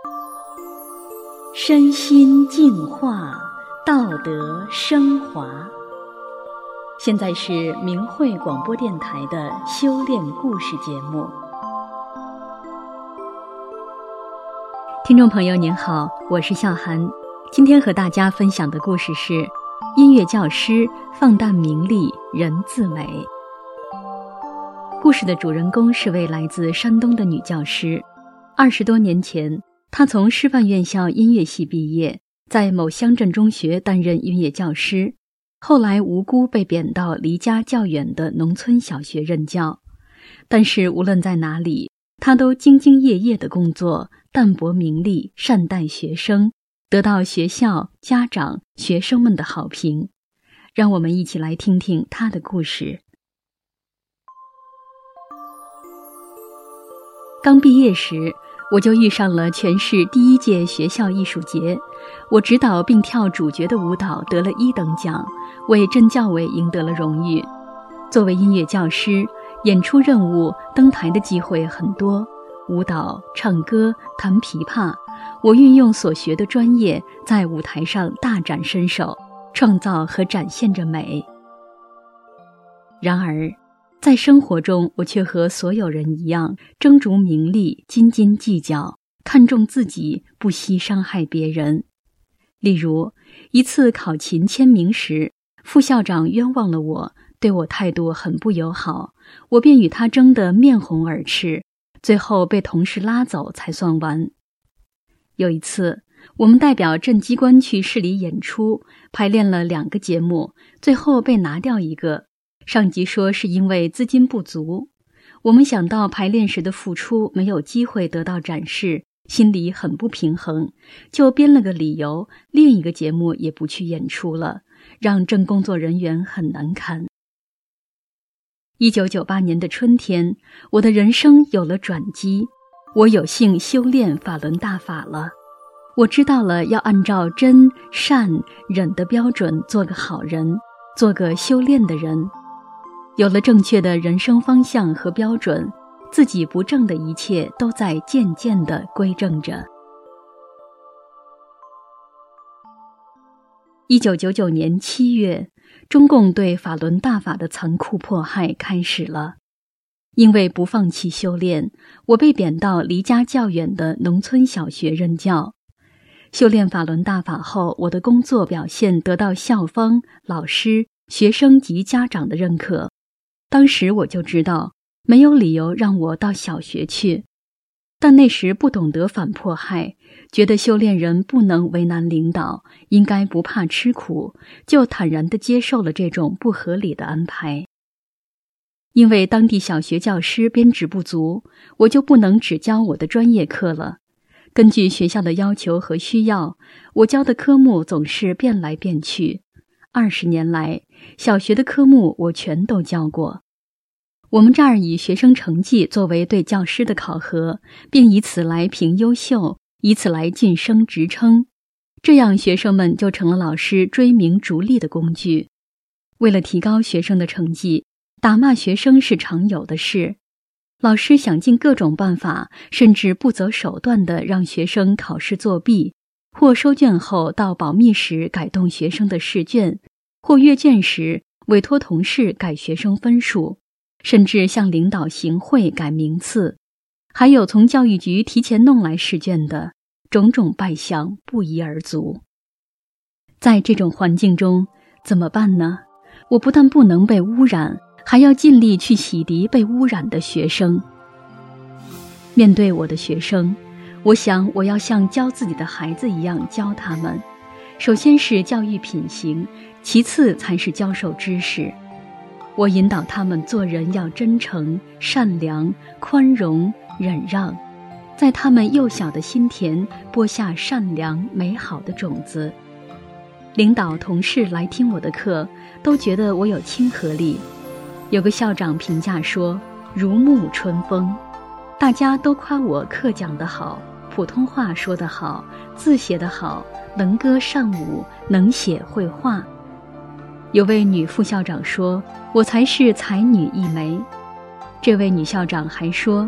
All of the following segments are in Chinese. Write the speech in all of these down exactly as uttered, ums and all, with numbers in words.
身心净化，道德升华。现在是明慧广播电台的修炼故事节目。听众朋友您好，我是笑涵，今天和大家分享的故事是音乐教师放淡名利，人自美。故事的主人公是位来自山东的女教师。二十多年前，她从师范院校音乐系毕业，在某乡镇中学担任音乐教师，后来无辜被贬到离家较远的农村小学任教。但是无论在哪里，她都兢兢业业地工作，淡泊名利，善待学生，得到学校、家长、学生们的好评。让我们一起来听听她的故事。刚毕业时，我就遇上了全市第一届学校艺术节，我指导并跳主角的舞蹈得了一等奖，为镇教委赢得了荣誉。作为音乐教师，演出任务、登台的机会很多，舞蹈、唱歌、弹琵琶，我运用所学的专业，在舞台上大展身手，创造和展现着美。然而在生活中，我却和所有人一样，争逐名利，斤斤计较，看重自己，不惜伤害别人。例如，一次考勤签名时，副校长冤枉了我，对我态度很不友好，我便与他争得面红耳赤，最后被同事拉走才算完。有一次，我们代表镇机关去市里演出，排练了两个节目，最后被拿掉一个。上级说是因为资金不足，我们想到排练时的付出没有机会得到展示，心里很不平衡，就编了个理由，另一个节目也不去演出了，让镇工作人员很难堪。一九九八年的春天，我的人生有了转机，我有幸修炼法轮大法了。我知道了要按照真、善、忍的标准做个好人，做个修炼的人。有了正确的人生方向和标准，自己不正的一切都在渐渐地归正着。一九九九年七月，中共对法轮大法的残酷迫害开始了。因为不放弃修炼，我被贬到离家较远的农村小学任教。修炼法轮大法后，我的工作表现得到校方、老师、学生及家长的认可。当时我就知道，没有理由让我到小学去。但那时不懂得反迫害，觉得修炼人不能为难领导，应该不怕吃苦，就坦然地接受了这种不合理的安排。因为当地小学教师编制不足，我就不能只教我的专业课了。根据学校的要求和需要，我教的科目总是变来变去。二十年来，小学的科目我全都教过。我们这儿以学生成绩作为对教师的考核，并以此来评优秀，以此来晋升职称，这样学生们就成了老师追名逐利的工具。为了提高学生的成绩，打骂学生是常有的事。老师想尽各种办法，甚至不择手段地让学生考试作弊，或收卷后到保密室改动学生的试卷，或阅卷时委托同事改学生分数，甚至向领导行贿改名次，还有从教育局提前弄来试卷的，种种败相不一而足。在这种环境中，怎么办呢？我不但不能被污染，还要尽力去洗涤被污染的学生。面对我的学生，我想我要像教自己的孩子一样教他们，首先是教育品行，其次才是教授知识。我引导他们做人要真诚、善良、宽容、忍让，在他们幼小的心田播下善良美好的种子。领导同事来听我的课，都觉得我有亲和力。有个校长评价说，如沐春风。大家都夸我课讲得好，普通话说得好，字写得好，能歌善舞，能写会画。有位女副校长说，我才是才女一枚。这位女校长还说，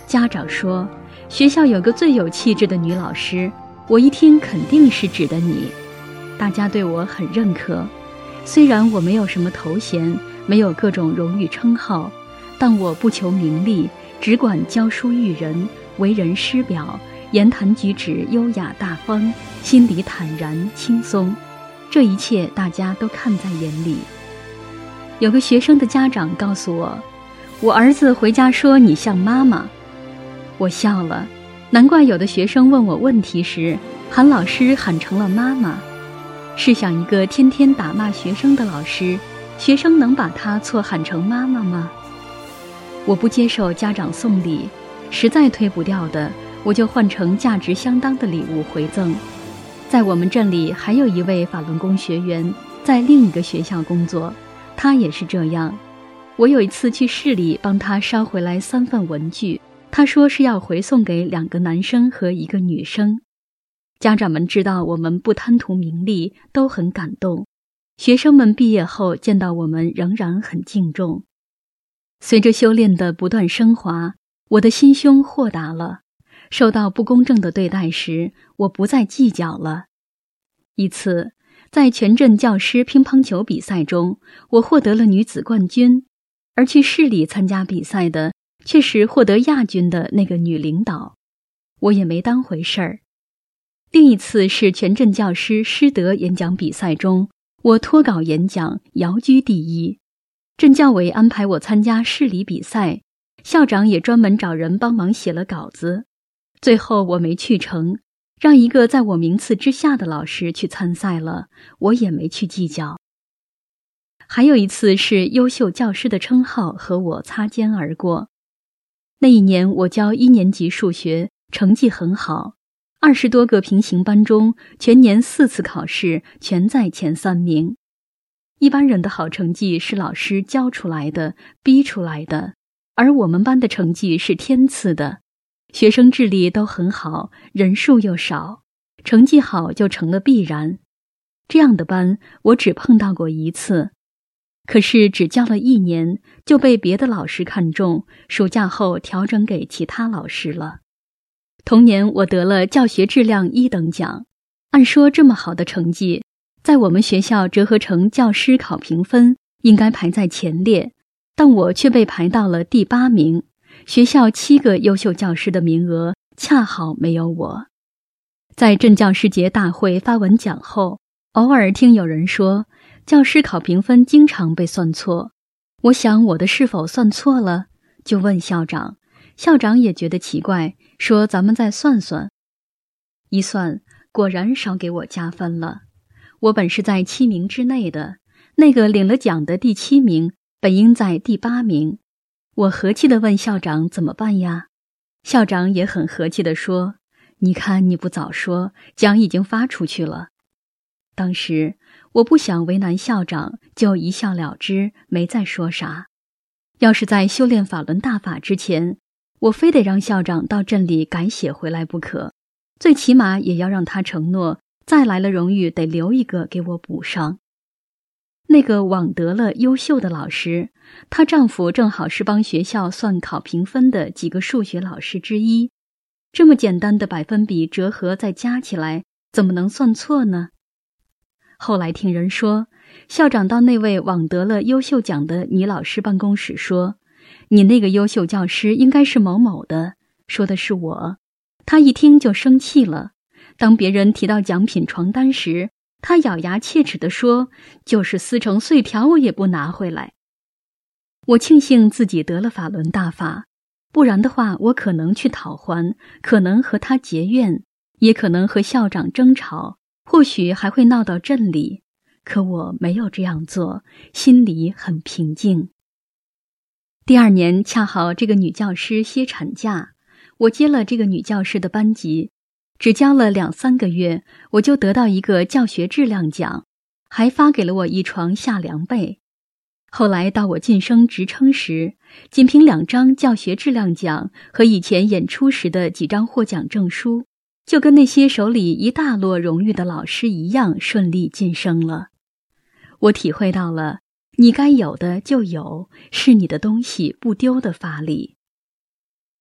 家长说学校有个最有气质的女老师，我一听肯定是指的你。大家对我很认可，虽然我没有什么头衔，没有各种荣誉称号，但我不求名利，只管教书育人，为人师表，言谈举止优雅大方，心里坦然轻松，这一切大家都看在眼里。有个学生的家长告诉我，我儿子回家说你像妈妈。我笑了，难怪有的学生问我问题时喊老师喊成了妈妈。试想一个天天打骂学生的老师，学生能把他错喊成妈妈吗？我不接受家长送礼，实在推不掉的，我就换成价值相当的礼物回赠。在我们镇里还有一位法轮功学员，在另一个学校工作，他也是这样。我有一次去市里帮他捎回来三份文具，他说是要回送给两个男生和一个女生。家长们知道我们不贪图名利，都很感动。学生们毕业后见到我们仍然很敬重。随着修炼的不断升华，我的心胸豁达了，受到不公正的对待时，我不再计较了。一次，在全镇教师乒乓球比赛中，我获得了女子冠军，而去市里参加比赛的却是获得亚军的那个女领导，我也没当回事儿。另一次是全镇教师师德演讲比赛中，我脱稿演讲，遥居第一。镇教委安排我参加市里比赛，校长也专门找人帮忙写了稿子。最后我没去成，让一个在我名次之下的老师去参赛了，我也没去计较。还有一次是优秀教师的称号和我擦肩而过。那一年我教一年级数学，成绩很好，二十多个平行班中，全年四次考试全在前三名。一般人的好成绩是老师教出来的，逼出来的，而我们班的成绩是天赐的。学生智力都很好，人数又少，成绩好就成了必然。这样的班我只碰到过一次，可是只教了一年，就被别的老师看中，暑假后调整给其他老师了。同年我得了教学质量一等奖，按说这么好的成绩，在我们学校折合成教师考评分应该排在前列，但我却被排到了第八名。学校七个优秀教师的名额恰好没有我。在镇教师节大会发文讲后，偶尔听有人说教师考评分经常被算错，我想我的是否算错了，就问校长，校长也觉得奇怪，说咱们再算算。一算，果然少给我加分了。我本是在七名之内的，那个领了奖的第七名本应在第八名。我和气地问校长怎么办呀？校长也很和气地说，你看你不早说，奖已经发出去了。当时我不想为难校长，就一笑了之，没再说啥。要是在修炼法轮大法之前，我非得让校长到镇里改写回来不可，最起码也要让他承诺，再来了荣誉得留一个给我补上。那个网得了优秀的老师，她丈夫正好是帮学校算考评分的几个数学老师之一，这么简单的百分比折合再加起来，怎么能算错呢？后来听人说，校长到那位网得了优秀奖的女老师办公室说，你那个优秀教师应该是某某的，说的是我。她一听就生气了，当别人提到奖品床单时，他咬牙切齿地说，就是撕成碎条我也不拿回来。我庆幸自己得了法轮大法，不然的话我可能去讨还，可能和他结怨，也可能和校长争吵，或许还会闹到镇里。可我没有这样做，心里很平静。第二年恰好这个女教师歇产假，我接了这个女教师的班级，只教了两三个月，我就得到一个教学质量奖，还发给了我一床夏凉被。后来到我晋升职称时，仅凭两张教学质量奖和以前演出时的几张获奖证书，就跟那些手里一大摞荣誉的老师一样顺利晋升了。我体会到了你该有的就有，是你的东西不丢的法理。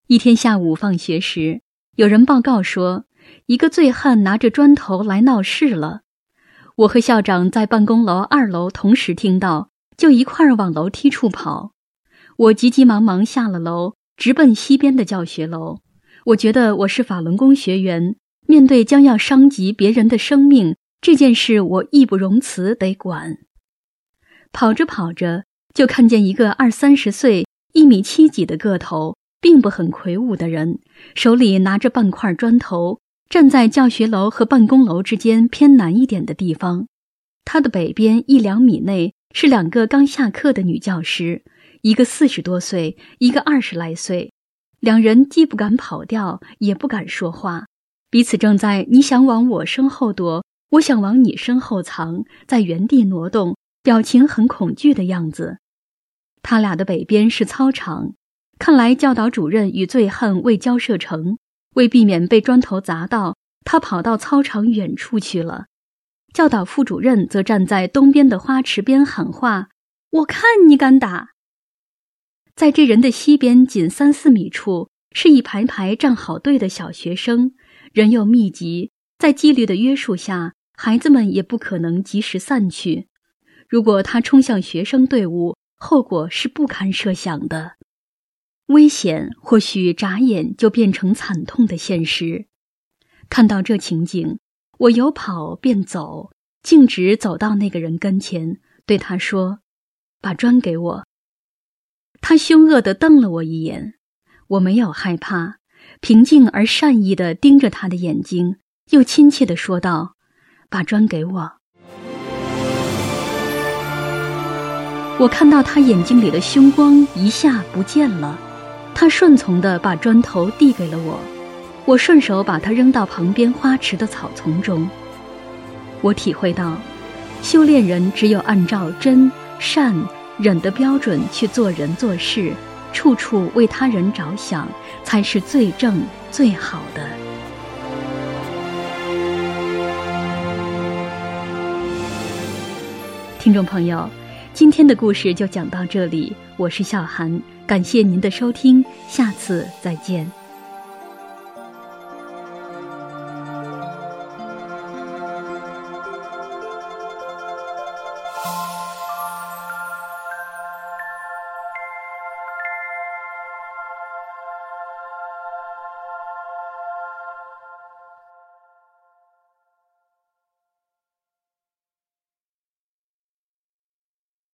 一天下午放学时，有人报告说，一个醉汉拿着砖头来闹事了。我和校长在办公楼二楼同时听到，就一块儿往楼梯处跑。我急急忙忙下了楼，直奔西边的教学楼。我觉得我是法轮功学员，面对将要伤及别人的生命，这件事我义不容辞得管。跑着跑着，就看见一个二三十岁、一米七几的个头，并不很魁梧的人，手里拿着半块砖头，站在教学楼和办公楼之间偏南一点的地方。他的北边一两米内是两个刚下课的女教师，一个四十多岁，一个二十来岁。两人既不敢跑掉，也不敢说话，彼此正在你想往我身后躲，我想往你身后藏，在原地挪动，表情很恐惧的样子。他俩的北边是操场，看来教导主任与醉汉未交涉成，为避免被砖头砸到，他跑到操场远处去了。教导副主任则站在东边的花池边喊话：我看你敢打！在这人的西边仅三四米处，是一排排站好队的小学生，人又密集，在纪律的约束下，孩子们也不可能及时散去。如果他冲向学生队伍，后果是不堪设想的。危险或许眨眼就变成惨痛的现实。看到这情景，我由跑变走，径直走到那个人跟前，对他说：把砖给我。他凶恶地瞪了我一眼，我没有害怕，平静而善意地盯着他的眼睛，又亲切地说道：把砖给我。我看到他眼睛里的凶光一下不见了，他顺从地把砖头递给了我，我顺手把它扔到旁边花池的草丛中。我体会到，修炼人只有按照真、善、忍的标准去做人做事，处处为他人着想，才是最正最好的。听众朋友，今天的故事就讲到这里，我是小涵，感谢您的收听，下次再见。